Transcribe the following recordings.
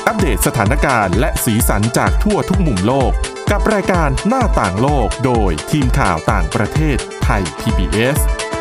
อัปเดตสถานการณ์และสีสันจากทั่วทุกมุมโลกกับรายการหน้าต่างโลกโดยทีมข่าวต่างประเทศไทย PBS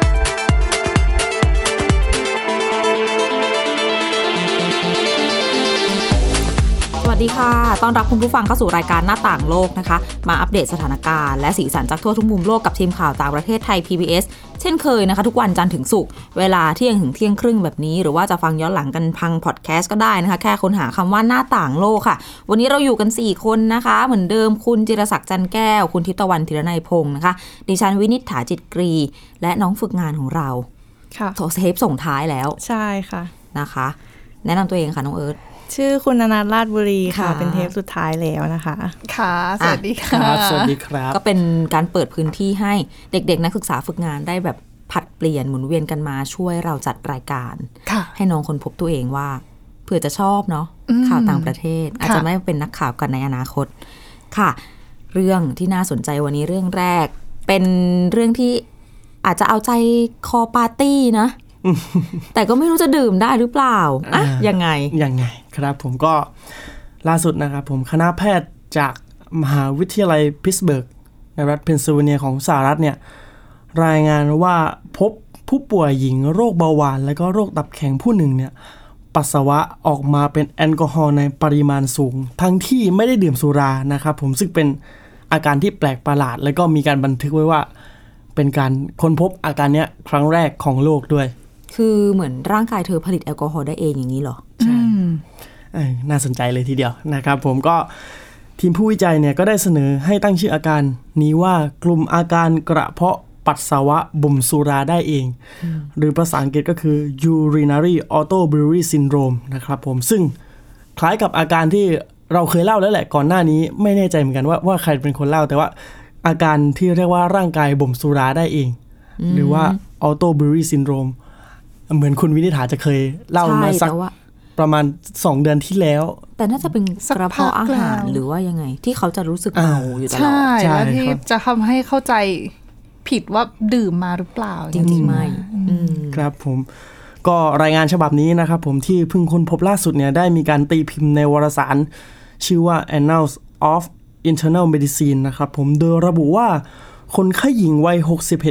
สวัสดีค่ะต้อนรับคุณผู้ฟังเข้าสู่รายการหน้าต่างโลกนะคะมาอัปเดตสถานการณ์และสีสันจากทั่วทุกมุมโลกกับทีมข่าวต่างประเทศไทย PBS เช่นเคยนะคะทุกวันจันทร์ถึงศุกร์เวลาเที่ยงถึงเที่ยงครึ่งแบบนี้หรือว่าจะฟังย้อนหลังกันทางพอดแคสต์ก็ได้นะคะแค่ค้นหาคำว่าหน้าต่างโลกค่ะวันนี้เราอยู่กัน4คนนะคะเหมือนเดิมคุณจิรศักดิ์จันแก้วคุณทิพย์ตะวันธีรนัยพงศ์นะคะดิฉันวินิษฐาจิตกรีและน้องฝึกงานของเราค่ะเทปส่งท้ายแล้วใช่ค่ะนะคะแนะนำตัวเองค่ะน้องเอิร์ธชื่อคุณณนัทราชบุรีค่ะเป็นเทปสุดท้ายแล้วนะคะค่ะสวัสดีค่ะสวัสดีครับก็เป็นการเปิดพื้นที่ให้เด็กๆนักศึกษาฝึกงานได้แบบผัดเปลี่ยนหมุนเวียนกันมาช่วยเราจัดรายการให้น้องคนพบตัวเองว่าเผื่อจะชอบเนาะข่าวต่างประเทศอาจจะไม่เป็นนักข่าวกันในอนาคตค่ะเรื่องที่น่าสนใจวันนี้เรื่องแรกเป็นเรื่องที่อาจจะเอาใจคอปาร์ตี้นะแต่ก็ไม่รู้จะดื่มได้หรือเปล่าอะยังไงครับผมก็ล่าสุดนะครับผมคณะแพทย์จากมหาวิทยาลัยพิตต์สเบิร์กในรัฐเพนซิลเวเนียของสหรัฐเนี่ยรายงานว่าพบผู้ป่วยหญิงโรคเบาหวานและก็โรคตับแข็งผู้หนึ่งเนี่ยปัสสาวะออกมาเป็นแอลกอฮอล์ในปริมาณสูงทั้งที่ไม่ได้ดื่มสุรานะครับผมซึ่งเป็นอาการที่แปลกประหลาดและก็มีการบันทึกไว้ว่าเป็นการค้นพบอาการเนี้ยครั้งแรกของโลกด้วยคือเหมือนร่างกายเธอผลิตแอลกอฮอล์ได้เองอย่างนี้เหรอใช่น่าสนใจเลยทีเดียวนะครับผมก็ทีมผู้วิจัยเนี่ยก็ได้เสนอให้ตั้งชื่ออาการนี้ว่ากลุ่มอาการกระเพาะปัสสาวะบ่มสุราได้เองหรือภาษาอังกฤษก็คือ urinary autobiliary syndrome นะครับผมซึ่งคล้ายกับอาการที่เราเคยเล่าแล้วแหละก่อนหน้านี้ไม่แน่ใจเหมือนกันว่าใครเป็นคนเล่าแต่ว่าอาการที่เรียกว่าร่างกายบ่มสุราได้เองหรือว่า autobiliary syndromeเหมือนคุณวินิษฐาจะเคยเล่ามาสักประมาณ2เดือนที่แล้วแต่น่าจะเป็นกระเพาะอาหารหรือว่ายังไงที่เขาจะรู้สึกเมาอยู่ตลอดใช่แล้วที่จะทำให้เข้าใจผิดว่าดื่มมาหรือเปล่าจริงๆไม่ครับผมก็รายงานฉบับนี้นะครับผมที่เพิ่งค้นพบล่าสุดเนี่ยได้มีการตีพิมพ์ในวารสารชื่อว่า Annals of Internal Medicine นะครับผมโดยระบุว่าคนไข้หญิงวัย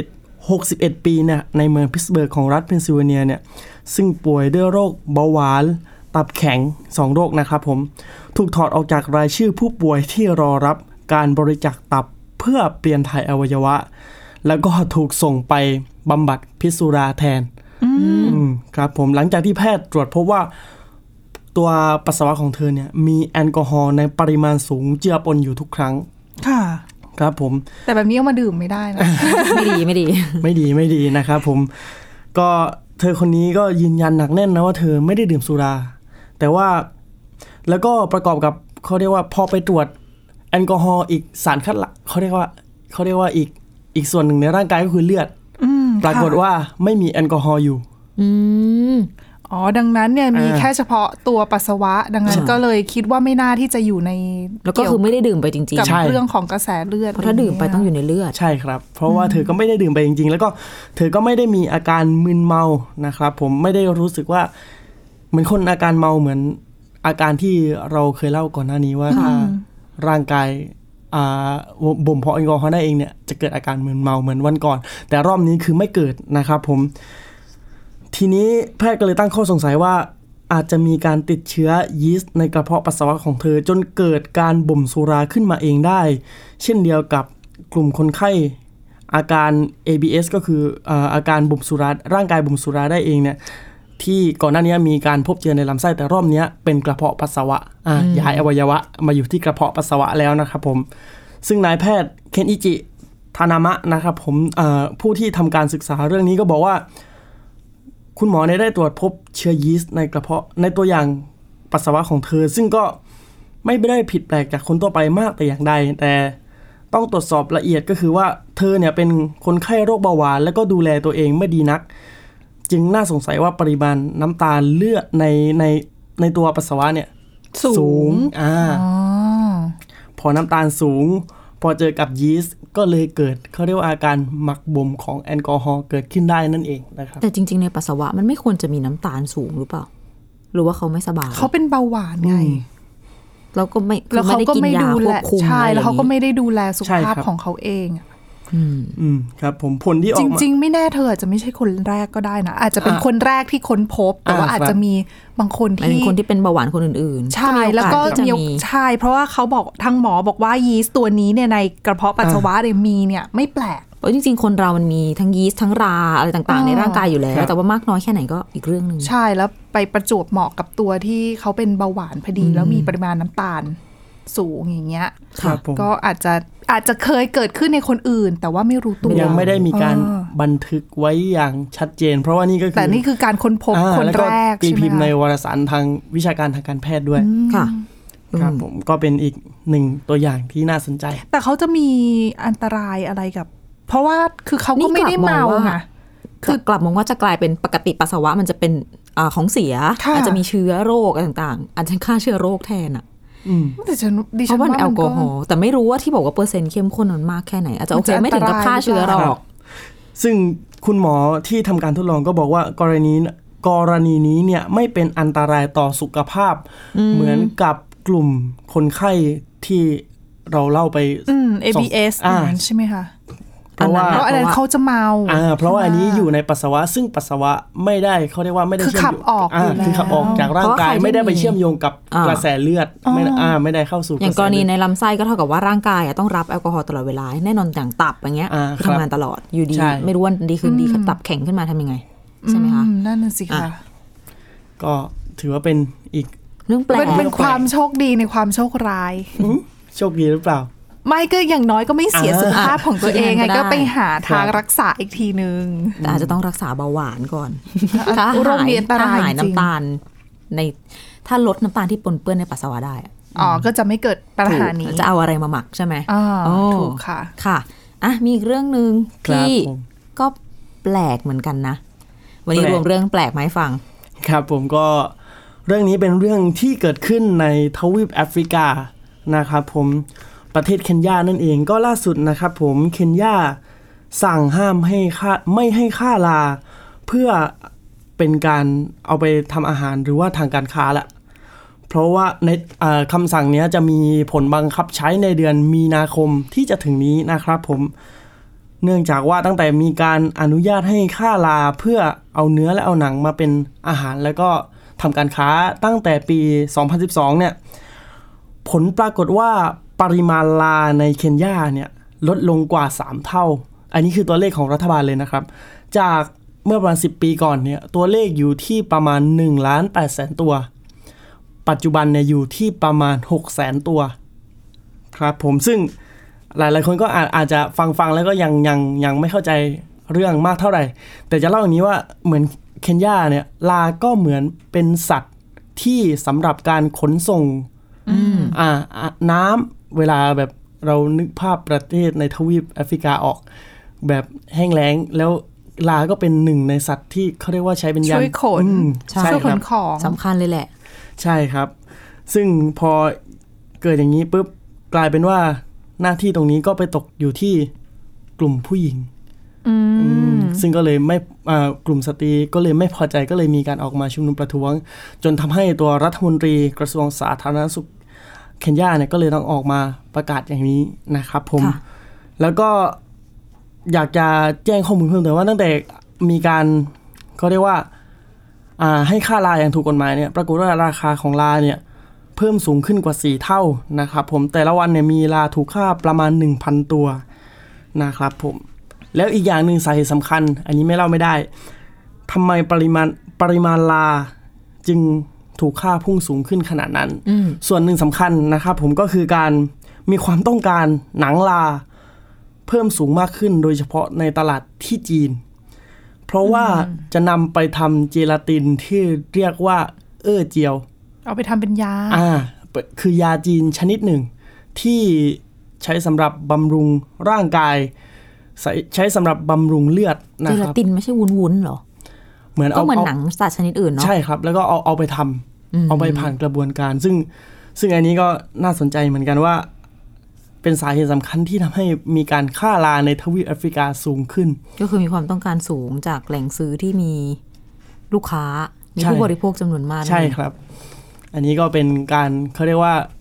61 ปีเนี่ยในเมืองพิตต์สเบิร์กของรัฐเพนซิลเวเนียเนี่ยซึ่งป่วยด้วยโรคเบาหวานตับแข็ง2โรคนะครับผมถูกถอดออกจากรายชื่อผู้ป่วยที่รอรับการบริจาคตับเพื่อเปลี่ยนถ่ายอวัยวะแล้วก็ถูกส่งไปบำบัดพิษสุราแทนครับผมหลังจากที่แพทย์ตรวจพบว่าตัวปัสสาวะของเธอเนี่ยมีแอลกอฮอล์ในปริมาณสูงเจือปนอยู่ทุกครั้งค่ะครับผมแต่แบบนี้เอามาดื่มไม่ได้นะไม่ดีนะครับผมก็เธอคนนี้ก็ยืนยันหนักแน่นนะว่าเธอไม่ได้ดื่มสุราแต่ว่าแล้วก็ประกอบกับเขาเรียกว่าพอไปตรวจแอลกอฮอล์อีกสารคัดหลั่งเขาเรียกว่าอีกส่วนหนึ่งในร่างกายก็คือเลือดปรากฏว่าไม่มีแอลกอฮอล์อยู่อ๋อดังนั้นเนี่ยมีแค่เฉพาะตัวปัสสาวะดังนั้นก็เลยคิดว่าไม่น่าที่จะอยู่ในแล้วก็คือไม่ได้ดื่มไปจริงๆกับเรื่องของกระแสเลือดเพราะถ้าดื่มไปต้องอยู่ในเลือดใช่ครับเพราะว่าเธอก็ไม่ได้ดื่มไปจริงๆแล้วก็เธอก็ไม่ได้มีอาการมึนเมานะครับผมไม่ได้รู้สึกว่าเหมือนคนอาการเมาเหมือนอาการที่เราเคยเล่าก่อนหน้านี้ว่าถ้าร่างกายบ่มเพาะแอลกอฮอล์ได้เองเนี่ยจะเกิดอาการมึนเมาเหมือนวันก่อนแต่รอบนี้คือไม่เกิดนะครับผมทีนี้แพทย์ก็เลยตั้งข้อสงสัยว่าอาจจะมีการติดเชื้อยีสต์ในกระเพาะปัสสาวะของเธอจนเกิดการบ่มสุราขึ้นมาเองได้เช่นเดียวกับกลุ่มคนไข้อาการ ABS ก็คืออาการบ่มสุราร่างกายบ่มสุราได้เองเนี่ยที่ก่อนหน้านี้มีการพบเจอในลำไส้แต่รอบนี้เป็นกระเพาะปัสสาวะย้ายอวัยวะมาอยู่ที่กระเพาะปัสสาวะแล้วนะครับผมซึ่งนายแพทย์เคนอิจิทานามะนะครับผมผู้ที่ทำการศึกษาเรื่องนี้ก็บอกว่าคุณหมอได้ตรวจพบเชื้อยีสต์ในกระเพาะในตัวอย่างปัสสาวะของเธอซึ่งก็ไม่ได้ผิดแปลกจากคนทั่วไปมากแต่อย่างใดแต่ต้องตรวจสอบละเอียดก็คือว่าเธอเนี่ยเป็นคนไข้โรคเบาหวานแล้วก็ดูแลตัวเองไม่ดีนักจึงน่าสงสัยว่าปริมาณน้ำตาลเลือดในตัวปัสสาวะเนี่ยสูงพอน้ำตาลสูงพอเจอกับยีสต์ก็เลยเกิดเขาเรียกว่าอาการหมักบ่มของแอลกอฮอล์เกิดขึ้นได้นั่นเองนะครับแต่จริงๆในปัสสาวะมันไม่ควรจะมีน้ำตาลสูงหรือเปล่าหรือว่าเขาไม่สบายเขาเป็นเบาหวานไงแล้วก็ไม่แล้วเขาก็ไม่ดูแลใช่แล้วเขาก็ไม่ได้ดูแลสุขภาพของเขาเองครับผมผลที่ออกมาจริงๆไม่แน่เธออาจจะไม่ใช่คนแรกก็ได้นะอาจจะเป็นคนแรกที่ค้นพบแต่ว่าอาจจะมีบางคนที่เป็นเบาหวานคนอื่นๆใช่แล้วก็ใช่เพราะว่าเขาบอกทางหมอบอกว่ายีสต์ตัวนี้เนี่ยในกระเพาะปัสสาวะเนี่ยมีเนี่ยไม่แปลกเพราะจริงๆคนเรามันมีทั้งยีสต์ทั้งราอะไรต่างๆในร่างกายอยู่แล้วแต่ว่ามากน้อยแค่ไหนก็อีกเรื่องนึงใช่แล้วไปประจวบเหมาะกับตัวที่เขาเป็นเบาหวานพอดีแล้วมีปริมาณน้ำตาลสูงอย่างเงี้ยก็อาจจะเคยเกิดขึ้นในคนอื่นแต่ว่าไม่รู้ตัวยังไม่ได้มีการบันทึกไว้อย่างชัดเจนเพราะว่านี่ก็คือแต่นี่คือการค้นพบคนแรกตีพิมพ์ในวารสารทางวิชาการทางการแพทย์ด้วยค่ะครับผมก็เป็นอีกหนึ่งตัวอย่างที่น่าสนใจแต่เขาจะมีอันตรายอะไรกับเพราะว่าคือเขาก็ไม่ได้เมาไงคือกลับมองว่าจะกลายเป็นปกติปัสสาวะมันจะเป็นของเสียอาจจะมีเชื้อโรคอะไรต่างๆอาจจะฆ่าเชื้อโรคแทนแต่เพราะว่าแอลกอฮอล์แต่ไม่รู้ว่าที่บอกว่าเปอร์เซ็นต์เข้มข้นมันมากแค่ไหนอาจจะโอเคไม่ถึงกับฆ่าเชื้อหรอกซึ่งคุณหมอที่ทำการทดลองก็บอกว่ากรณีนี้เนี่ยไม่เป็นอันตรายต่อสุขภาพเหมือนกับกลุ่มคนไข้ที่เราเล่าไป ABS ใช่ไหมคะเพราะอันนั้นเขาจะเมาเพราะว่าอันนี้อยู่ในปัสสาวะซึ่งปัสสาวะไม่ได้เขาเรียกว่าไม่ได้เชื่อมคือขับออกจากร่างกายไม่ได้ไปเชื่อมโยงกับกระแสเลือดไม่ได้เข้าสู่อย่างกรณีในลำไส้ก็เท่ากับว่าร่างกายต้องรับแอลกอฮอล์ตลอดเวลาแน่นอนอย่างตับอย่างเงี้ยทำงานตลอดอยู่ดีไม่รู้ว่าดีขึ้นดีตับแข็งขึ้นมาทำยังไงใช่ไหมคะนั่นน่ะสิค่ะก็ถือว่าเป็นอีกเรื่องแปลกเป็นความโชคดีในความโชคร้ายโชคดีหรือเปล่าไม่ก็อย่างน้อยก็ไม่เสียสุขภาพของตัวเองไงก็ไปหาทางรักษาอีกทีนึงแต่อาจจะต้องรักษาเบาหวานก่อนถ้าหายน้ำตาลถ้าลดน้ำตาลที่ปนเปื้อนในปัสสาวะได้ก็จะไม่เกิดปัญหานี้จะเอาอะไรมาหมักใช่ไหมถูกค่ะค่ะมีอีกเรื่องนึงที่ก็แปลกเหมือนกันนะวันนี้รวมเรื่องแปลกมาให้ฟังครับผมก็เรื่องนี้เป็นเรื่องที่เกิดขึ้นในทวีปแอฟริกานะครับผมประเทศเคนยานั่นเองก็ล่าสุดนะครับผมเคนยาสั่งห้ามไม่ให้ฆ่าลาเพื่อเป็นการเอาไปทำอาหารหรือว่าทางการค้าละเพราะว่าในคำสั่งนี้จะมีผลบังคับใช้ในเดือนมีนาคมที่จะถึงนี้นะครับผมเนื่องจากว่าตั้งแต่มีการอนุญาตให้ฆ่าลาเพื่อเอาเนื้อและเอาหนังมาเป็นอาหารแล้วก็ทำการค้าตั้งแต่ปี 2012 เนี่ยผลปรากฏว่าปริมาณลาในเคนยาเนี่ยลดลงกว่า3เท่าอันนี้คือตัวเลขของรัฐบาลเลยนะครับจากเมื่อประมาณ10 ปีก่อนเนี่ยตัวเลขอยู่ที่ประมาณ 1,800,000 ตัวปัจจุบันเนี่ยอยู่ที่ประมาณ 600,000 ตัวครับผมซึ่งหลายๆคนก็อาจจะฟังแล้วก็ยังไม่เข้าใจเรื่องมากเท่าไหร่แต่จะเล่าอย่างนี้ว่าเหมือนเคนยาเนี่ยลาก็เหมือนเป็นสัตว์ที่สำหรับการขนส่งน้ำเวลาแบบเรานึกภาพประเทศในทวีปแอฟริกาออกแบบแห้งแล้งแล้วลาก็เป็นหนึ่งในสัตว์ที่เขาเรียกว่าใช้เป็นยานช่วยขนช่วยขนของสำคัญเลยแหละใช่ครับซึ่งพอเกิดอย่างนี้ปุ๊บกลายเป็นว่าหน้าที่ตรงนี้ก็ไปตกอยู่ที่กลุ่มผู้หญิงซึ่งก็เลยไม่กลุ่มสตรีก็เลยไม่พอใจก็เลยมีการออกมาชุมนุมประท้วงจนทำให้ตัวรัฐมนตรีกระทรวงสาธารณสุขเคนยาเนี่ยก็เลยต้องออกมาประกาศอย่างนี้นะครับผมแล้วก็อยากจะแจ้งข้อมูลเพิ่มเติมว่าตั้งแต่มีการเขาเรียกว่าให้ค่าลาอย่างถูกกฎหมายเนี่ยปรากฏว่าราคาของลาเนี่ยเพิ่มสูงขึ้นกว่า4เท่านะครับผมแต่ละวันเนี่ยมีลาถูกฆ่าประมาณ 1,000 ตัวนะครับผมแล้วอีกอย่างหนึ่งสาเหตุสำคัญอันนี้ไม่เล่าไม่ได้ทำไมปริมาณลาจึงถูกฆ่าพุ่งสูงขึ้นขนาดนั้นส่วนหนึ่งสำคัญนะครับผมก็คือการมีความต้องการหนังลาเพิ่มสูงมากขึ้นโดยเฉพาะในตลาดที่จีนเพราะว่าจะนำไปทำเจลาตินที่เรียกว่าเจียวเอาไปทำเป็นยาคือยาจีนชนิดหนึ่งที่ใช้สำหรับบำรุงร่างกายใช้สำหรับบำรุงเลือดนะครับเจลาตินไม่ใช่วุ้นๆหรอเหมือนก็เหมือนหนังสัตว์ชนิดอื่นเนาะใช่ครับแล้วก็เอาไปทำเอาไปผ่านกระบวนการซึ่งอันนี้ก็น่าสนใจเหมือนกันว่าเป็นสาเหตุสำคัญที่ทำให้มีการฆ่าลาในทวีปแอฟริกาสูงขึ้นก็คือมีความต้องการสูงจากแหล่งซื้อที่มีลูกค้ามีผู้บริโภคจำนวนมากใช่ครับอันนี้ก็เป็นการเขาเรียกว่า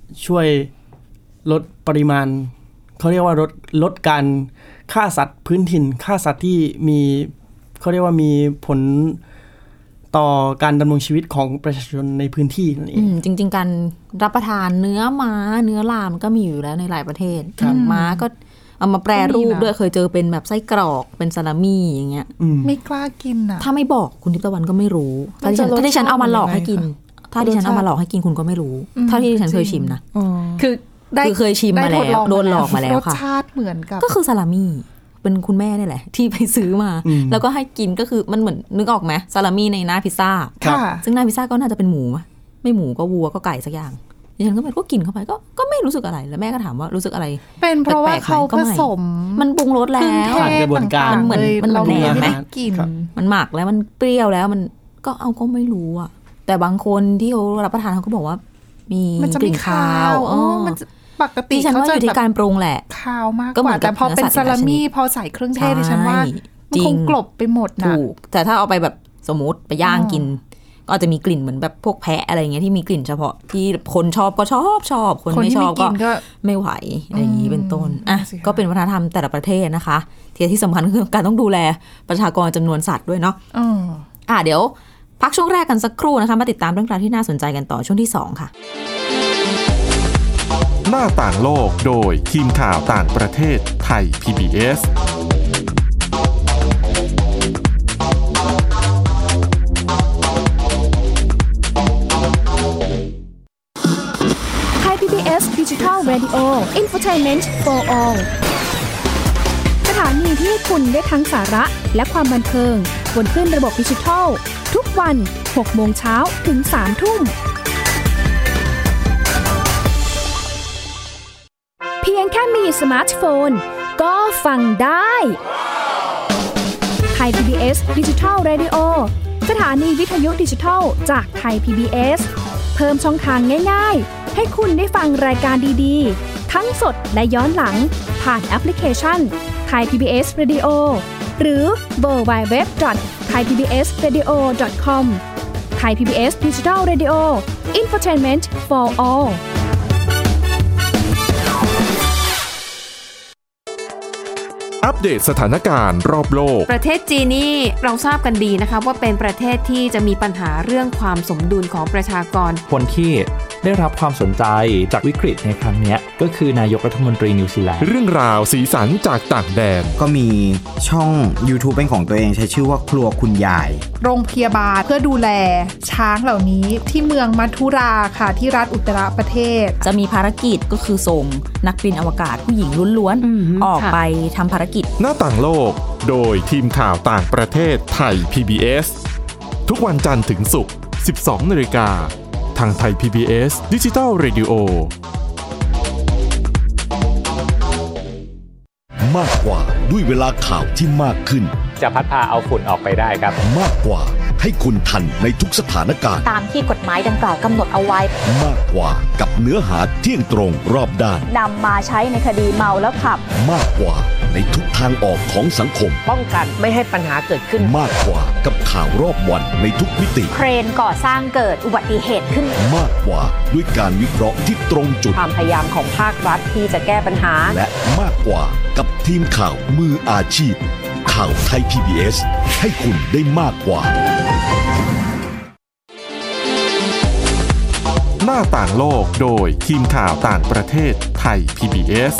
ช่วยลดปริมาณเขาเรียกว่าลดการฆ่าสัตว์พื้นถิ่นฆ่าสัตว์ที่มีเขาเรียกว่ามีผลต่อการดำรงชีวิตของประชาชนในพื้นที่นั่นเองจริงๆการรับประทานเนื้อม้าเนื้อลามันก็มีอยู่แล้วในหลายประเทศม้าก็เอามาแปรรูปด้วยเคยเจอเป็นแบบไส้กรอกเป็นซาลามี่อย่างเงี้ยไม่กล้ากินอ่ะถ้าไม่บอกคุณทิพย์ตะวันก็ไม่รู้ถ้าที่ฉันเอามาหลอกให้กินถ้าที่ฉันเอามาหลอกให้กินคุณก็ไม่รู้ถ้าที่ฉันเคยชิมนะคือเคยชิมมาแล้วโดนหลอกมาแล้วค่ะรสชาติเหมือนกับก็คือซาลามี่เป็นคุณแม่นี่แหละที่ไปซื้อมาแล้วก็ให้กินก็คือมันเหมือนนึกออกไหมซาลามี่ในหน้าพิซซ่าซึ่งหน้าพิซซ่าก็น่าจะเป็นหมูไม่หมูก็วัวก็ไก่สักอย่างดิฉันก็กินเข้าไปก็ไม่รู้สึกอะไรแล้วแม่ก็ถามว่ารู้สึกอะไรเป็นเพราะว่าเขาผสมมันปรุงรสแล้วผ่านกระบวนการมันเหมือนมันแหนมไหมมันหมักแล้วมันเปรี้ยวแล้วมันก็เอาก็ไม่รู้อ่ะแต่บางคนที่เขารับประทานเขาก็บอกว่ามีกลิ่นคาวมันปกติเขาจะอยู่ที่การปรุงแหละคาวมากกว่าแต่พอเป็นซาลามี่พอใส่เครื่องเทศดิฉันว่ามันคงกลบไปหมดนะถูกแต่ถ้าเอาไปแบบสมมติไปย่างกินก็อาจจะมีกลิ่นเหมือนแบบพวกแพะอะไรเงี้ยที่มีกลิ่นเฉพาะที่คนชอบก็ชอบคนไม่ชอบก็ไม่ไหวอะไรอย่างนี้เป็นต้นอ่ะก็เป็นวัฒนธรรมแต่ละประเทศนะคะที่สำคัญคือการต้องดูแลประชากรจำนวนสัตว์ด้วยเนาะเดี๋ยวพักช่วงแรกกันสักครู่นะคะมาติดตามเรื่องราวที่น่าสนใจกันต่อช่วงที่2ค่ะหน้าต่างโลกโดยทีมข่าวต่างประเทศไทย PBS PBS Digital Radio Infotainment for All สถานีที่คุณได้ทั้งสาระและความบันเทิงบนคลื่นระบบดิจิทัลทุกวัน 6 โมงเช้าถึง 3 ทุ่มเพียงแค่มีสมาร์ทโฟนก็ฟังได้ไทย PBS Digital Radio สถานีวิทยุดิจิทัลจากไทย PBS เพิ่มช่องทางง่ายๆให้คุณได้ฟังรายการดีๆทั้งสดและย้อนหลังผ่านแอปพลิเคชัน Thai PBS Radio หรือ www.thaipbsradio.com Thai PBS Digital Radio Infotainment for All อัปเดตสถานการณ์รอบโลกประเทศจีนนี่เราทราบกันดีนะคะว่าเป็นประเทศที่จะมีปัญหาเรื่องความสมดุลของประชากรคนที่ได้รับความสนใจจากวิกฤตในครั้งนี้ก็คือนายกรัฐมนตรีนิวซีแลนด์เรื่องราวสีสันจากต่างแดนก็มีช่อง YouTube เป็นของตัวเองใช้ชื่อว่าครัวคุณยายโรงพยาบาลเพื่อดูแลช้างเหล่านี้ที่เมืองมัทุราค่ะที่รัฐอุตตรประเทศจะมีภารกิจก็คือส่งนักบินอวกาศผู้หญิงล้วนๆออกไปทำภารกิจหน้าต่างโลกโดยทีมข่าวต่างประเทศไทย PBS ทุกวันจันทร์ถึงศุกร์ 12:00 น.ทางไทย PBS Digital Radio มากกว่าด้วยเวลาข่าวที่มากขึ้นจะพัดพาเอาฝุ่นออกไปได้ครับมากกว่าให้คุณทันในทุกสถานการณ์ตามที่กฎหมายดังกล่าวกำหนดเอาไว้มากกว่ากับเนื้อหาเที่ยงตรงรอบด้านนำมาใช้ในคดีเมาแล้วขับมากกว่าในทุกทางออกของสังคมป้องกันไม่ให้ปัญหาเกิดขึ้นมากกว่ากับข่าวรอบวันในทุกมิติเครนก่อสร้างเกิดอุบัติเหตุขึ้นมากกว่าด้วยการวิเคราะห์ที่ตรงจุดความพยายามของภาครัฐที่จะแก้ปัญหาและมากกว่ากับทีมข่าวมืออาชีพข่าวไทย PBS ให้คุณได้มากกว่าหน้าต่างโลกโดยทีมข่าวต่างประเทศไทย PBS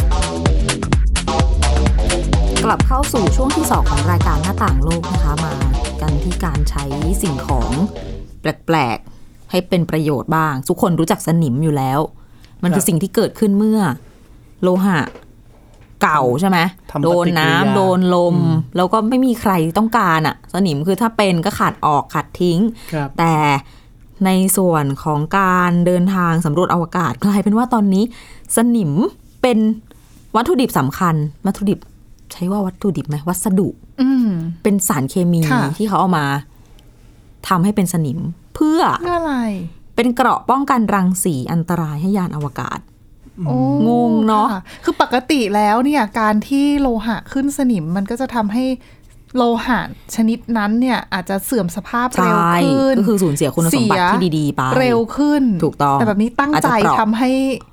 กลับเข้าสู่ช่วงที่2ของรายการหน้าต่างโลกนะคะมากันที่การใช้สิ่งของแปลกๆให้เป็นประโยชน์บ้างทุกคนรู้จักสนิมอยู่แล้วมันคือสิ่งที่เกิดขึ้นเมื่อโลหะเก่าใช่ไหมโดนน้ำโดนลมแล้วก็ไม่มีใครต้องการอ่ะสนิมคือถ้าเป็นก็ขัดออกขัดทิ้งแต่ในส่วนของการเดินทางสำรวจอวกาศกลายเป็นว่าตอนนี้สนิมเป็นวัตถุดิบสำคัญวัตถุดิบใช้ว่าวัตถุดิบไหมวัสดุเป็นสารเคมีที่เขาเอามาทำให้เป็นสนิมเพื่ออะไรเป็นเกราะป้องกันรังสีอันตรายให้ยานอวกาศงงเนาะคือปกติแล้วเนี่ยการที่โลหะขึ้นสนิมมันก็จะทำให้โลหะชนิดนั้นเนี่ยอาจจะเสื่อมสภาพเร็วขึ้นก็คือสูญเสียคุณสมบัติที่ดีๆไปเร็วขึ้นถูกต้องแต่แบบนี้ตั้งใจทำให้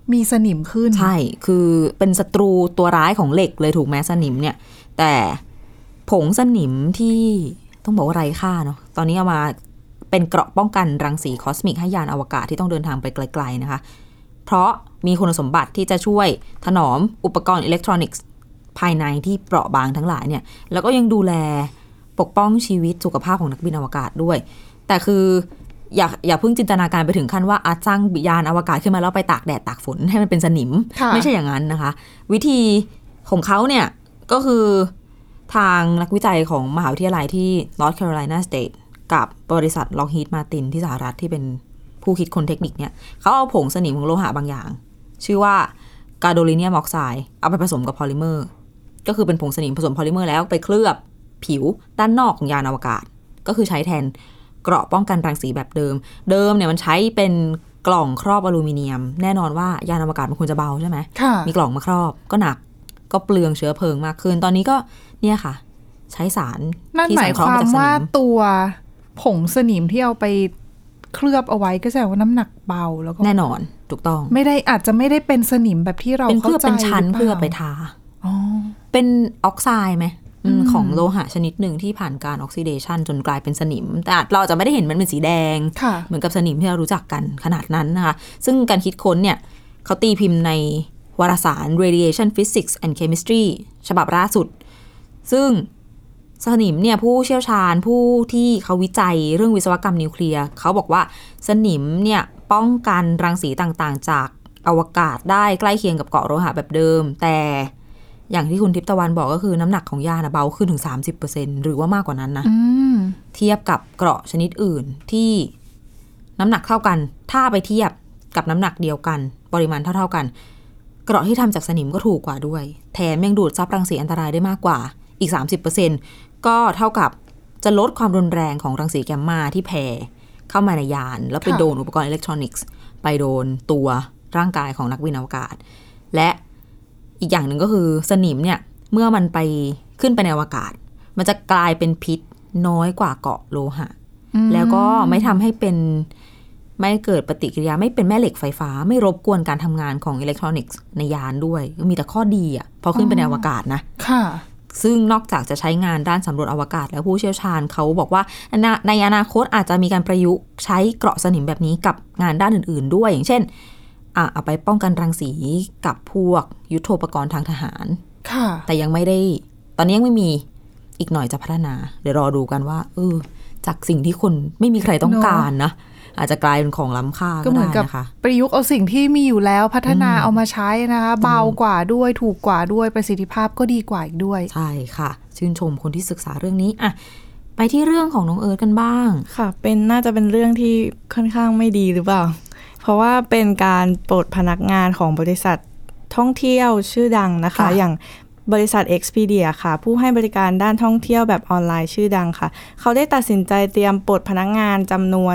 มีสนิมขึ้นใช่คือเป็นศัตรูตัวร้ายของเหล็กเลยถูกไหมสนิมเนี่ยแต่ผงสนิมที่ต้องบอกว่าไร้ค่าเนาะตอนนี้เอามาเป็นเกราะป้องกันรังสีคอสมิกให้ยานอวกาศที่ต้องเดินทางไปไกลๆนะคะเพราะมีคุณสมบัติที่จะช่วยถนอมอุปกรณ์อิเล็กทรอนิกส์ภายในที่เปราะบางทั้งหลายเนี่ยแล้วก็ยังดูแลปกป้องชีวิตสุขภาพของนักบินอวกาศด้วยแต่คืออย่าเพิ่งจินตนาการไปถึงขั้นว่าสร้างยานอวกาศขึ้นมาแล้วไปตากแดดตากฝนให้มันเป็นสนิมไม่ใช่อย่างนั้นนะคะวิธีของเขาเนี่ยก็คือทางนักวิจัยของมหาวิทยาลัยที่ North Carolina State กับบริษัท Lockheed Martin ที่สหรัฐที่เป็นผู้คิดค้นเทคนิคเนี่ยเขาเอาผงสนิมของโลหะบางอย่างชื่อว่า Gadolinium oxide เอาไปผสมกับพอลิเมอร์ก็คือเป็นผงสนิมผสมพอลิเมอร์แล้วไปเคลือบผิวด้านนอกของยานอวกาศก็คือใช้แทนเกราะป้องกันรังสีแบบเดิมเนี่ยมันใช้เป็นกล่องครอบอลูมิเนียมแน่นอนว่ายานอวกาศมันควรจะเบาใช่ไหมมีกล่องมาครอบก็หนักก็เปลืองเชื้อเพลิงมากขึ้นตอนนี้ก็เนี่ยค่ะใช้สารที่สังเคราะห์มาจากสนิมนั่นหมายความว่าตัวผงสนิมที่เอาไปเคลือบเอาไว้ก็แสดงว่าน้ำหนักเบาแล้วก็แน่นอนถูกต้องไม่ได้อาจจะไม่ได้เป็นสนิมแบบที่เราเข้าใจเป็นชั้นเคลือบไปทาเป็นออกไซด์ไหมของโลหะชนิดหนึ่งที่ผ่านการออกซิเดชันจนกลายเป็นสนิมแต่เราจะไม่ได้เห็นมันเป็นสีแดงเหมือนกับสนิมที่เรารู้จักกันขนาดนั้นนะคะซึ่งการคิดค้นเนี่ยเขาตีพิมพ์ในวารสาร Radiation Physics and Chemistry ฉบับล่าสุดซึ่งสนิมเนี่ยผู้เชี่ยวชาญผู้ที่เขาวิจัยเรื่องวิศวกรรมนิวเคลียร์เขาบอกว่าสนิมเนี่ยป้องกันรังสีต่างๆจากอวกาศได้ใกล้เคียงกับเกราะโลหะแบบเดิมแต่อย่างที่คุณทิพย์ตะวันบอกก็คือน้ำหนักของยานเบาขึ้นถึง 30% หรือว่ามากกว่านั้นนะเทียบกับเกราะชนิดอื่นที่น้ำหนักเท่ากันถ้าไปเทียบกับน้ำหนักเดียวกันปริมาณเท่าๆกันเกราะที่ทำจากสนิมก็ถูกกว่าด้วยแถมยังดูดซับรังสีอันตรายได้มากกว่าอีก 30% ก็เท่ากับจะลดความรุนแรงของรังสีแกมมาที่แผ่เข้ามาในยานแล้วไปโดนอุปกรณ์อิเล็กทรอนิกส์ไปโดนตัวร่างกายของนักบินอวกาศและอีกอย่างหนึ่งก็คือสนิมเนี่ยเมื่อมันไปขึ้นไปในอวกาศมันจะกลายเป็นพิษน้อยกว่าเกาะโลหะแล้วก็ไม่ทำให้เป็นไม่เกิดปฏิกิริยาไม่เป็นแม่เหล็กไฟฟ้าไม่รบกวนการทำงานของอิเล็กทรอนิกส์ในยานด้วยมีแต่ข้อดีอ่ะพอขึ้นไปในอวกาศนะค่ะซึ่งนอกจากจะใช้งานด้านสำรวจอวกาศแล้วผู้เชี่ยวชาญเขาบอกว่าในอนาคตอาจจะมีการประยุกต์ใช้เกราะสนิมแบบนี้กับงานด้านอื่นๆด้วยอย่างเช่นเอาไปป้องกันรังสีกับพวกยุทโธปกรณ์ทางทหารแต่ยังไม่ได้ตอนนี้ยังไม่มีอีกหน่อยจะพัฒนาเดี๋ยวรอดูกันว่าจากสิ่งที่คนไม่มีใครต้องการนะอาจจะกลายเป็นของล้ำค่าก็ได้นะคะประยุกต์เอาสิ่งที่มีอยู่แล้วพัฒนาเอามาใช้นะคะเบากว่าด้วยถูกกว่าด้วยประสิทธิภาพก็ดีกว่าอีกด้วยใช่ค่ะชื่นชมคนที่ศึกษาเรื่องนี้อ่ะไปที่เรื่องของน้องเอิร์ธกันบ้างค่ะน่าจะเป็นเรื่องที่ค่อนข้างไม่ดีหรือเปล่าเพราะว่าเป็นการปลดพนักงานของบริษัทท่องเที่ยวชื่อดังนะคะอย่างบริษัท Expedia ค่ะผู้ให้บริการด้านท่องเที่ยวแบบออนไลน์ชื่อดังค่ะเขาได้ตัดสินใจเตรียมปลดพนักงานจำนวน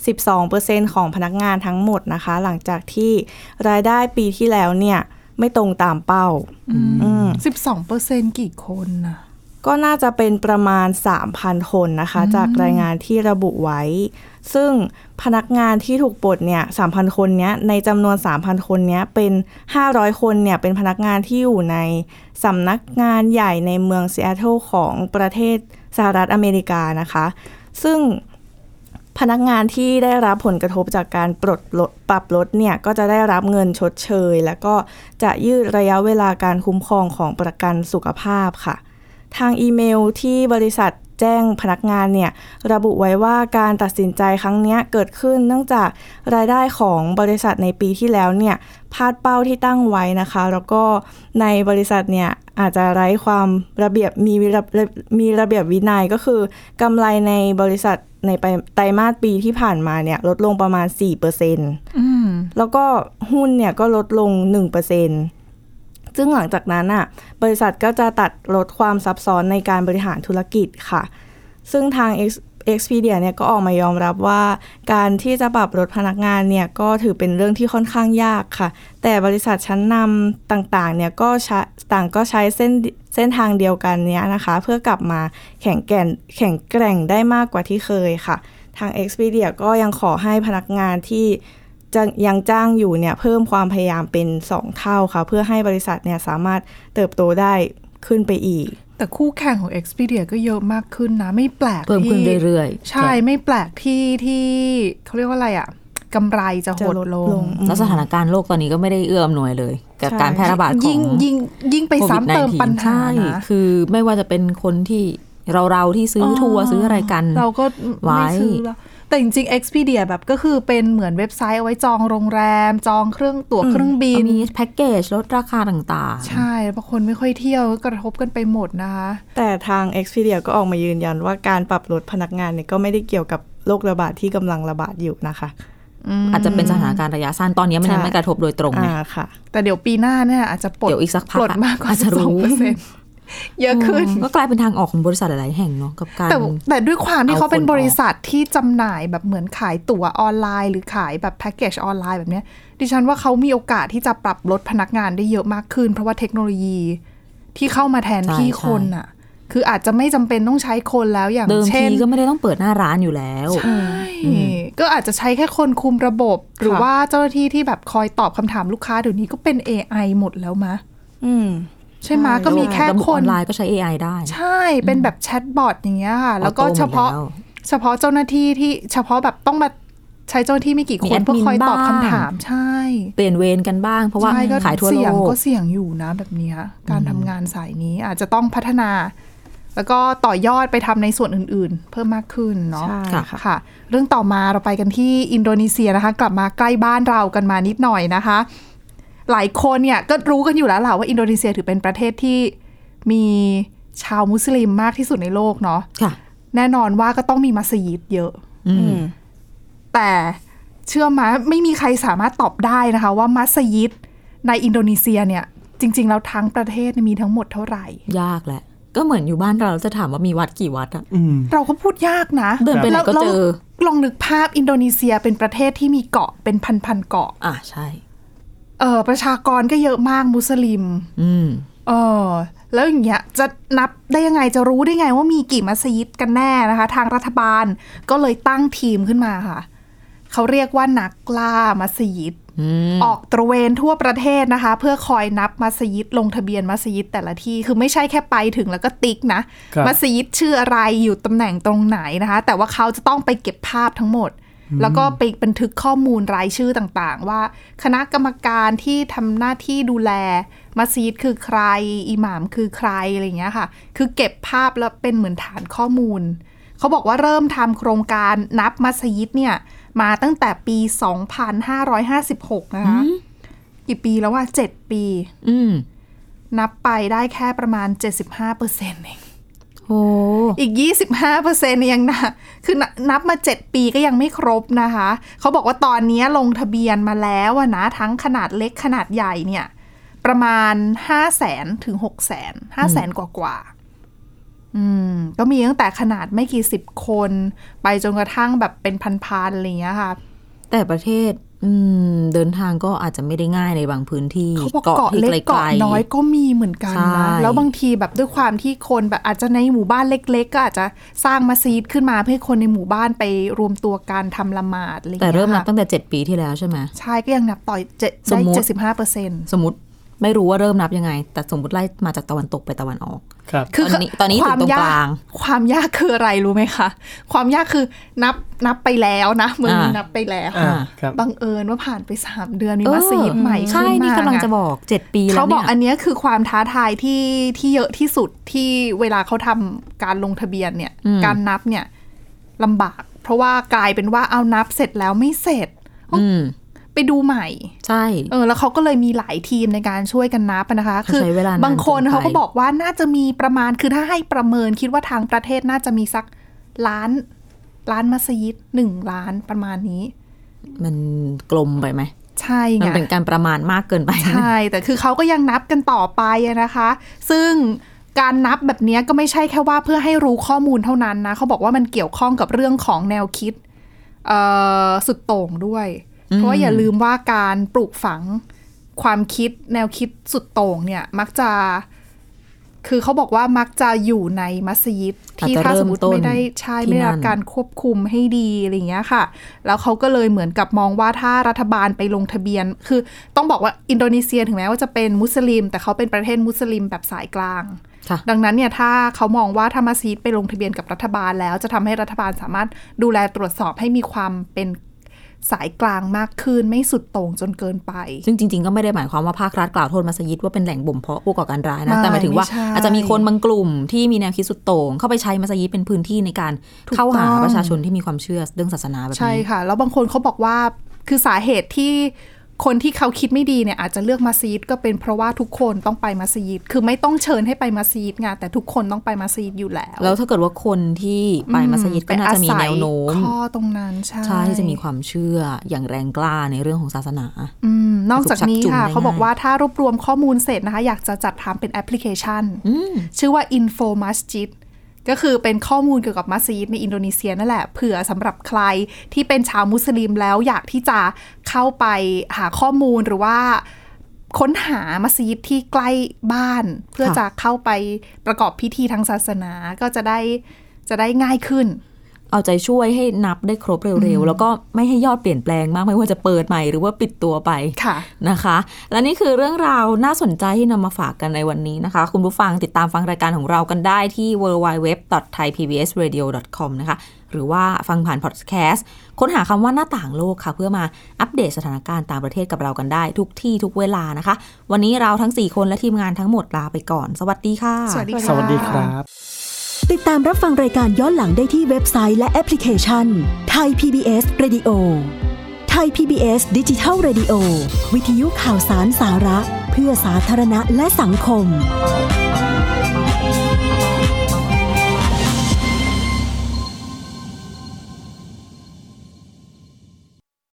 12% ของพนักงานทั้งหมดนะคะหลังจากที่รายได้ปีที่แล้วเนี่ยไม่ตรงตามเป้า 12% กี่คนนะก็น่าจะเป็นประมาณ 3,000 คนนะคะจากรายงานที่ระบุไว้ซึ่งพนักงานที่ถูกปลดเนี่ย 3,000 คนเนี้ยในจำนวน 3,000 คนเนี้ยเป็น500คนเนี่ยเป็นพนักงานที่อยู่ในสำนักงานใหญ่ในเมืองซีแอตเทิลของประเทศสหรัฐอเมริกานะคะซึ่งพนักงานที่ได้รับผลกระทบจากการปรับลดเนี่ยก็จะได้รับเงินชดเชยแล้วก็จะยืดระยะเวลาการคุ้มครองของประกันสุขภาพค่ะทางอีเมลที่บริษัทแจ้งพนักงานเนี่ยระบุไว้ว่าการตัดสินใจครั้งนี้เกิดขึ้นเนื่องจากรายได้ของบริษัทในปีที่แล้วเนี่ยพลาดเป้าที่ตั้งไว้นะคะแล้วก็ในบริษัทเนี่ยอาจจะไร้ความระเบียบมีระเบียบวินัยก็คือกำไรในบริษัทในไตรมาสปีที่ผ่านมาเนี่ยลดลงประมาณ 4% แล้วก็หุ้นเนี่ยก็ลดลง 1%ซึ่งหลังจากนั้นอ่ะบริษัทก็จะตัดลดความซับซ้อนในการบริหารธุรกิจค่ะซึ่งทาง Expedia เนี่ยก็ออกมายอมรับว่าการที่จะปรับลดพนักงานเนี่ยก็ถือเป็นเรื่องที่ค่อนข้างยากค่ะแต่บริษัทชั้นนำต่างๆเนี่ยก็ใช้เส้นทางเดียวกันเนี้ยนะคะเพื่อกลับมาแข็งแกร่งได้มากกว่าที่เคยค่ะทาง Expedia ก็ยังขอให้พนักงานที่ยังจ้างอยู่เนี่ยเพิ่มความพยายามเป็น2เท่าค่ะเพื่อให้บริษัทเนี่ยสามารถเติบโตได้ขึ้นไปอีกแต่คู่แข่งของ Expedia ก็เยอะมากขึ้นนะไม่แปลกเพิ่มขึ้นเรื่อยๆใช่ไม่แปลกที่เขาเรียกว่าอะไรอ่ะกำไรจะหดลงแล้วสถานการณ์โลกตอนนี้ก็ไม่ได้เอื้ออำนวยเลยกับการแพร่ระบาดของยิ่งไปซ้ำเติมปัญหานะคือไม่ว่าจะเป็นคนที่เราที่ซื้อทัวร์ซื้ออะไรกันเราก็ไม่ซื้อแล้วแต่จริงๆ Expedia แบบก็คือเป็นเหมือนเว็บไซต์เอาไว้จองโรงแรมจองตั๋วเครื่องบินมีแพ็กเกจลดราคาต่างๆใช่บางคนไม่ค่อยเที่ยวกระทบกันไปหมดนะคะแต่ทาง Expedia ก็ออกมายืนยันว่าการปรับลดพนักงานเนี่ยก็ไม่ได้เกี่ยวกับโรคระบาดที่กำลังระบาดอยู่นะคะอาจจะเป็นสถานการณ์ระยะสั้นตอนนี้มันยังไม่กระทบโดยตรงนะค่ะแต่เดี๋ยวปีหน้าเนี่ยอาจจะปลดอีกสักพักมากกว่า 2%เยอะขึ้นก็กลายเป็นทางออกของบริษัทหลายๆแห่งเนาะกับการแต่ด้วยความที่เขาเป็นบริษัทที่จำหน่ายแบบเหมือนขายตั๋วออนไลน์หรือขายแบบแพ็กเกจออนไลน์แบบนี้ดิฉันว่าเขามีโอกาสที่จะปรับลดพนักงานได้เยอะมากขึ้นเพราะว่าเทคโนโลยีที่เข้ามาแทนที่คนอ่ะคืออาจจะไม่จำเป็นต้องใช้คนแล้วอย่างเช่นก็ไม่ได้ต้องเปิดหน้าร้านอยู่แล้วใช่ก็อาจจะใช้แค่คนคุมระบบหรือว่าเจ้าหน้าที่ที่แบบคอยตอบคำถามลูกค้าเดี๋ยวนี้ก็เป็น AI หมดแล้วมะใช่ไหมก็มีแค่คนออนไลน์ก็ใช้ AI ได้ใช่เป็นแบบแชทบอทอย่างเงี้ยค่ะแล้วก็เฉพาะเจ้าหน้าที่ที่เฉพาะแบบต้องมาใช้เจ้าหน้าที่ไม่กี่คนเพื่อคอยตอบคำถามใช่เปลี่ยนเวรกันบ้างเพราะว่าขายทั่วโลกก็เสี่ยงอยู่นะแบบนี้การทำงานสายนี้อาจจะต้องพัฒนาแล้วก็ต่อยอดไปทำในส่วนอื่นๆเพิ่มมากขึ้นเนาะค่ะเรื่องต่อมาเราไปกันที่อินโดนีเซียนะคะกลับมาใกล้บ้านเรากันมานิดหน่อยนะคะหลายคนเนี่ยก็รู้กันอยู่แล้วแหละว่าอินโดนีเซียถือเป็นประเทศที่มีชาวมุสลิมมากที่สุดในโลกเนาะแน่นอนว่าก็ต้องมีมัสยิดเยอะแต่เชื่อไหมไม่มีใครสามารถตอบได้นะคะว่ามัสยิดในอินโดนีเซียเนี่ยจริงๆแล้วทั้งประเทศมีทั้งหมดเท่าไหร่ยากแหละก็เหมือนอยู่บ้านเราจะถามว่ามีวัดกี่วัดอ่ะเราก็พูดยากนะเดินไปไหนก็เจอลองนึกภาพอินโดนีเซียเป็นประเทศที่มีเกาะเป็นพันๆเกาะใช่ประชากรก็เยอะมากมุสลิมแล้วอย่างเงี้ยจะนับได้ยังไงจะรู้ได้ไงว่ามีกี่มัสยิดกันแน่นะคะทางรัฐบาลก็เลยตั้งทีมขึ้นมาค่ะเขาเรียกว่านักล่ามัสยิดออกตระเวนทั่วประเทศนะคะเพื่อคอยนับมัสยิดลงทะเบียนมัสยิดแต่ละที่คือไม่ใช่แค่ไปถึงแล้วก็ติ๊กนะมัสยิดชื่ออะไรอยู่ตำแหน่งตรงไหนนะคะแต่ว่าเขาจะต้องไปเก็บภาพทั้งหมดแล้วก็ไปบันทึกข้อมูลรายชื่อต่างๆว่าคณะกรรมการที่ทำหน้าที่ดูแลมัสยิดคือใครอิหม่ามคือใครอะไรอย่างเงี้ยค่ะคือเก็บภาพแล้วเป็นเหมือนฐานข้อมูลเขาบอกว่าเริ่มทำโครงการนับมัสยิดเนี่ยมาตั้งแต่ปี 2556 นะคะกี่ปีแล้วว่า7 ปีนับไปได้แค่ประมาณ 75% เองอีก 25% ยังนะคือนับมา7 ปีก็ยังไม่ครบนะคะเขาบอกว่าตอนนี้ลงทะเบียนมาแล้วนะทั้งขนาดเล็กขนาดใหญ่เนี่ยประมาณ 500,000 ถึง 600,000 500,000 กว่าก็มีตั้งแต่ขนาดไม่กี่10 คนไปจนกระทั่งแบบเป็นพันๆอะไรอย่างเงี้ยค่ะแต่ประเทศเดินทางก็อาจจะไม่ได้ง่ายในบางพื้นที่เขาบอกเกาะเล็กเกาะน้อยก็มีเหมือนกันนะแล้วบางทีแบบด้วยความที่คนแบบอาจจะในหมู่บ้านเล็กๆก็อาจจะสร้างมัสยิดขึ้นมาเพื่อคนในหมู่บ้านไปรวมตัวกันทำละหมาดอะไรอย่างเงี้ยแต่เริ่มนับตั้งแต่7 ปีที่แล้วใช่ไหมใช่ก็ยังนับต่อได้ 75% สมมติไม่รู้ว่าเริ่มนับยังไงแต่สมมติไล่มาจากตะวันตกไปตะวันออกคือตอนนี้ถึงตรงกลางความยากคืออะไรรู้ไหมคะความยากคือนับไปแล้วนะเมืองนี้นับไปแล้วบังเอิญว่าผ่านไป3 เดือนมีมัสยิดใหม่ขึ้นมาใช่นี่กำลังจะบอก7 ปีแล้วเขาบอกอันนี้คือความท้าทายที่เยอะที่สุดที่เวลาเขาทำการลงทะเบียนเนี่ยการนับเนี่ยลำบากเพราะว่ากลายเป็นว่าเอานับเสร็จแล้วไม่เสร็จไปดูใหม่ใช่แล้วเขาก็เลยมีหลายทีมในการช่วยกันนับนะคะคือบางคนเขาก็บอกว่าน่าจะมีประมาณคือถ้าให้ประเมินคิดว่าทางประเทศน่าจะมีสักล้านมัสยิด1 ล้านประมาณนี้มันกลมไปไหมใช่ไงมันเป็นการประมาณมากเกินไปใช่แต่คือเขาก็ยังนับกันต่อไปนะคะซึ่งการนับแบบนี้ก็ไม่ใช่แค่ว่าเพื่อให้รู้ข้อมูลเท่านั้นนะเขาบอกว่ามันเกี่ยวข้องกับเรื่องของแนวคิดสุดโต่งด้วยเพราะว่าอย่าลืมว่าการปลูกฝังความคิดแนวคิดสุดโต่งเนี่ยมักจะคือเขาบอกว่ามักจะอยู่ในมัสยิดที่ถ้าสมมติไม่ได้ไม่ได้รับการควบคุมให้ดีอะไรอย่างเงี้ยค่ะแล้วเขาก็เลยเหมือนกับมองว่าถ้ารัฐบาลไปลงทะเบียนคือต้องบอกว่าอินโดนีเซียถึงแม้ว่าจะเป็นมุสลิมแต่เขาเป็นประเทศมุสลิมแบบสายกลางดังนั้นเนี่ยถ้าเขามองว่าถ้ามัสยิดไปลงทะเบียนกับรัฐบาลแล้วจะทำให้รัฐบาลสามารถดูแลตรวจสอบให้มีความเป็นสายกลางมากขึ้นไม่สุดโต่งจนเกินไปซึ่งจริงๆก็ไม่ได้หมายความว่าภาครัฐกล่าวโทษมัสยิดว่าเป็นแหล่งบ่มเพาะผู้ก่อการร้ายนะแต่หมายถึงว่าอาจจะมีคนบางกลุ่มที่มีแนวคิดสุดโต่งเข้าไปใช้มัสยิดเป็นพื้นที่ในการเข้าหาประชาชนที่มีความเชื่อเรื่องศาสนาแบบนี้ใช่ค่ะแล้วบางคนเขาบอกว่าคือสาเหตุที่คนที่เขาคิดไม่ดีเนี่ยอาจจะเลือกมัสยิดก็เป็นเพราะว่าทุกคนต้องไปมัสยิดคือไม่ต้องเชิญให้ไปมัสยิดไงแต่ทุกคนต้องไปมัสยิดอยู่แล้วถ้าเกิดว่าคนที่ไปมัสยิดก็น่าจะมีแนวโน้มข้อตรงนั้นใช่จะมีความเชื่ออย่างแรงกล้าในเรื่องของศาสนานอกจากนี้ค่ะเขาบอกว่าถ้ารวบรวมข้อมูลเสร็จนะคะอยากจะจัดทำเป็นแอปพลิเคชันชื่อว่า Info Masjidก็คือเป็นข้อมูลเกี่ยวกับมัสยิดในอินโดนีเซียนั่นแหละเผื่อสำหรับใครที่เป็นชาวมุสลิมแล้วอยากที่จะเข้าไปหาข้อมูลหรือว่าค้นหามัสยิดที่ใกล้บ้านเพื่อจะเข้าไปประกอบพิธีทางศาสนาก็จะได้ง่ายขึ้นเอาใจช่วยให้นับได้ครบเร็วๆแล้วก็ไม่ให้ยอดเปลี่ยนแปลงมากไม่ว่าจะเปิดใหม่หรือว่าปิดตัวไปนะคะและนี่คือเรื่องราวน่าสนใจที่นำมาฝากกันในวันนี้นะคะคุณผู้ฟังติดตามฟังรายการของเรากันได้ที่ www.thaipbsradio.com นะคะหรือว่าฟังผ่านพอดแคสต์ค้นหาคำว่าหน้าต่างโลกค่ะเพื่อมาอัปเดตสถานการณ์ต่างประเทศกับเรากันได้ทุกที่ทุกเวลานะคะวันนี้เราทั้ง4คนและทีมงานทั้งหมดลาไปก่อนสวัสดีค่ะสวัสดีครับติดตามรับฟังรายการย้อนหลังได้ที่เว็บไซต์และแอปพลิเคชัน Thai PBS Radio Thai PBS Digital Radio วิทยุข่าวสารสาระเพื่อสาธารณะและสังคม